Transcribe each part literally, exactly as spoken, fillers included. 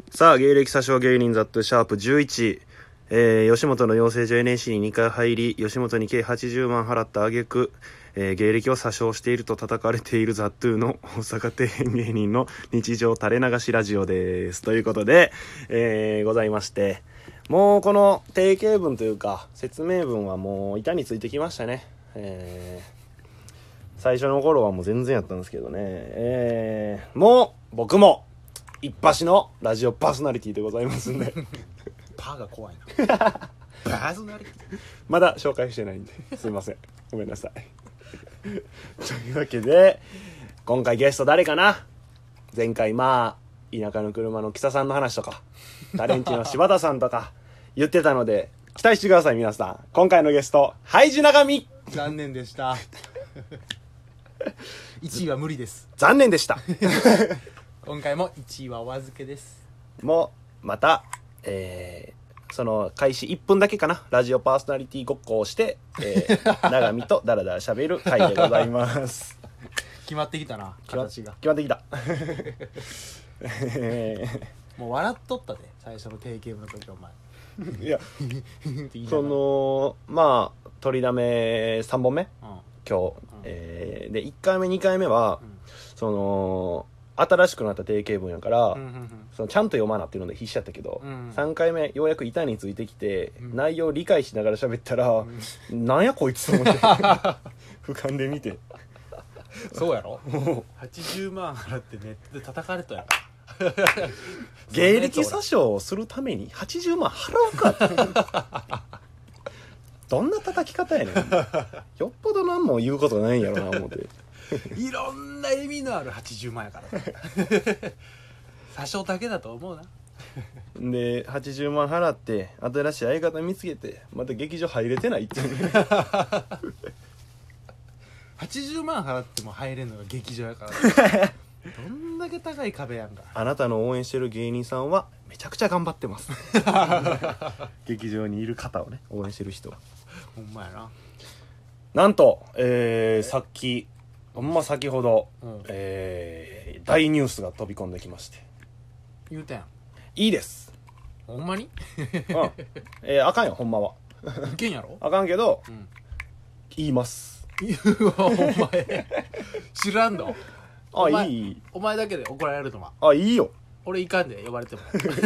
さあ、芸歴詐称芸人ザットシャープじゅういち、えー、吉本の養成所 エヌエーシー ににかい入り、吉本に計はちじゅうまん払った挙句、えー、芸歴を詐称していると叩かれているザットゥーの大阪底辺芸人の日常垂れ流しラジオです。ということで、えー、ございまして、もうこの定型文というか説明文はもう板についてきましたね。えー、最初の頃はもう全然やったんですけどね、えー、もう僕も一発のラジオパーソナリティでございますんでパーが怖いなパーソナリティまだ紹介してないんですいません、ごめんなさいというわけで今回ゲスト誰かな。前回まあ田舎の車の木佐さんの話とかタレンティの柴田さんとか言ってたので期待してください。皆さん、今回のゲストハイジ長見。 残念でしたいちいは無理です。 残念でした今回もいちいはお預けです。 もうまた、えー、その開始いっぷんだけかな、ラジオパーソナリティごっこをして、えー、長見とダラダラ喋る回でございます決まってきたな、形が決まってきたもう笑っとったで最初の定型文の時お前いやそのまあ取りだめさんぼんめ、うん、今日、うんえー、でいっかいめにかいめは、うん、その新しくなった定型文やから、うんうんうん、そのちゃんと読まなっていうので必死やったけど、うんうん、さんかいめようやく板についてきて、うん、内容を理解しながら喋ったら、うん、なんやこいつと思って俯瞰で見てそうやろはちじゅうまん払ってネットで叩かれたやから芸歴詐称をするためにはちじゅうまん払うかどんな叩き方やねんよっぽど何も言うことないんやろな思っていろんな意味のあるはちじゅうまんやから詐称だけだと思うなではちじゅうまん払って新しい相方見つけてまた劇場入れてないっていうねはちじゅうまん払っても入れんのが劇場やからどんだけ高い壁やんか。 あなたの応援してる芸人さんはめちゃくちゃ頑張ってます劇場にいる方をね応援してる人はほんまやな。 なんと、えー、さっきほんま先ほど、うんえー、大ニュースが飛び込んできまして。 言うてんいいですほんまにうんえー、あかんよほんまは。 いけんやろあかんけど、うん、言いますうわお前知らんの。 あいいお前だけで怒られるとまあいいよ。 俺いかんで呼ばれても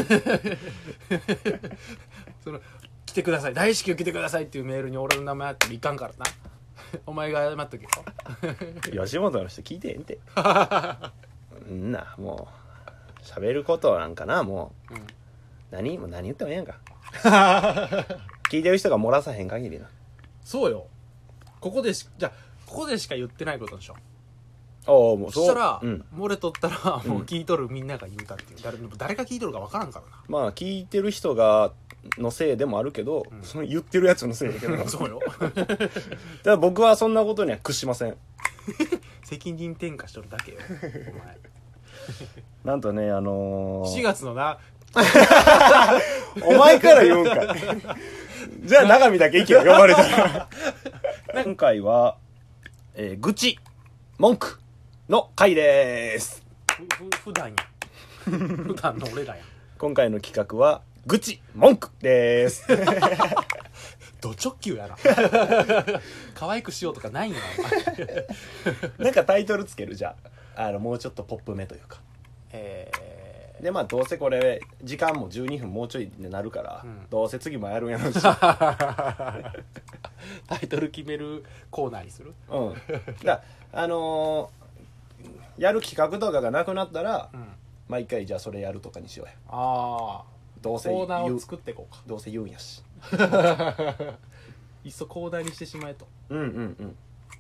その来てください大至急来てくださいっていうメールに俺の名前あってもいかんからなお前が謝っとけよ吉本の人聞いてへんてんなもう喋ることなんかなもう、うん、何もう何言ってもええやんか聞いてる人が漏らさへん限りな。 そうよ。ここでしじゃあここでしか言ってないことでしょ。 ああもうそうそしたら、 うん、 漏れとったらもう聞いとるみんなが言うたっていう、誰誰が聞いとるか分からんからな。 まあ聞いてる人がのせいでもあるけど、うん、その言ってるやつのせいだけどそうよだから僕はそんなことには屈しません責任転嫁しとるだけよお前なんとねあのー、 しがつのなお前から言うんかじゃあ長見だけ行けよ呼ばれたら今回は、えー、愚痴文句の回でーす。 ふふ普段や普段の俺らや。 今回の企画は愚痴文句でーすド直球やな可愛くしようとかないんやなんかタイトルつけるじゃああのもうちょっとポップめというか、えー、でまあどうせこれ時間もじゅうにふんもうちょいになるから、うん、どうせ次もやるんやろうしタイトル決めるコーナーにする。 うんだあのー、やる企画とかがなくなったら、うん、毎回じゃあそれやるとかにしようや。 ああどうせコーナーを作っていこうか。 どうせ言うんやしいっそコーナーにしてしまえと。 うんうんうん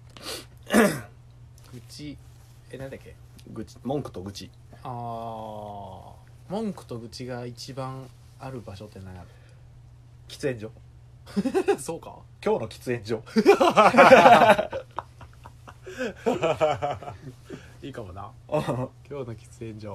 愚痴えなんだっけ愚痴文句と愚痴。 ああ文句と愚痴が一番ある場所って何やろ。 喫煙所そうか今日の喫煙所いいかもな今日の喫煙所。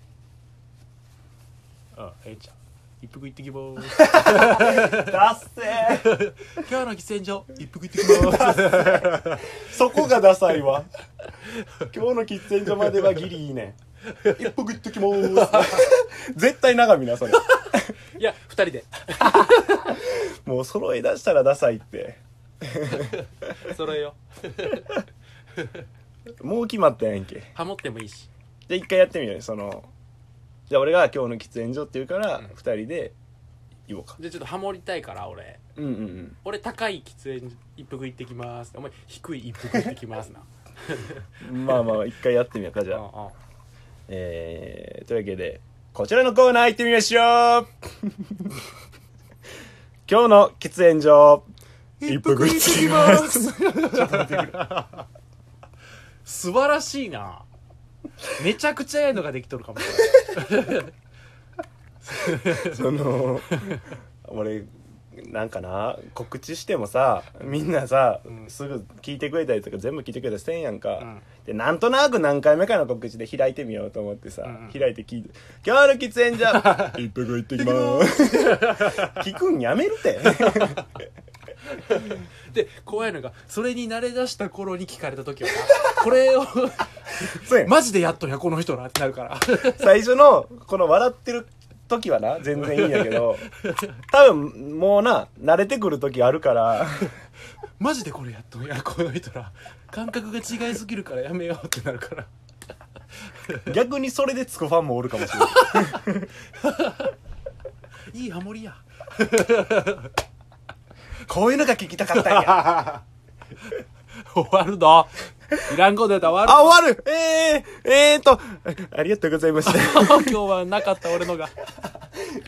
あええんちゃう一服行ってきまーすダッセー今日の喫煙所一服行ってきまーすそこがダサいわ今日の喫煙所まではギリいいね一服行ってきまーす絶対長見なそれいやふたりでもう揃い出したらダサいって揃えよもう決まったやんけ。 ハモってもいいし。 じゃあ一回やってみようよ。そのじゃあ俺が今日の喫煙所って言うからうん二人で言おうか。 じゃあちょっとハモりたいから俺うんうんうん俺高い喫煙一服行ってきますお前低い一服行ってきますなまあまあ一回やってみようかじゃあ。 うんうんえー、というわけでこちらのコーナー行ってみましょう今日の喫煙所一服行ってきます素晴らしいな。めちゃくちゃええのができとるかもしれないその俺なんかな告知してもさみんなさ、 うんすぐ聞いてくれたりとか全部聞いてくれたりせんやんか、 うんでなんとなく何回目かの告知で開いてみようと思ってさ、 うん開いて聞いて「今日の喫煙所一服行ってきます」聞くんやめるてで怖いのがそれに慣れだした頃に聞かれた時はなこれをそうやんマジでやっとんやこの人なってなるから最初のこの笑ってる時はな全然いいんやけど多分もうな慣れてくる時あるからマジでこれやっとんやこの人ら感覚が違いすぎるからやめようってなるから逆にそれでつくファンもおるかもしれないいいハモリやこういうのが聞きたかったんや終わるのいらんことやったら終わるあ終わるえー、えーとありがとうございました今日はなかった俺のが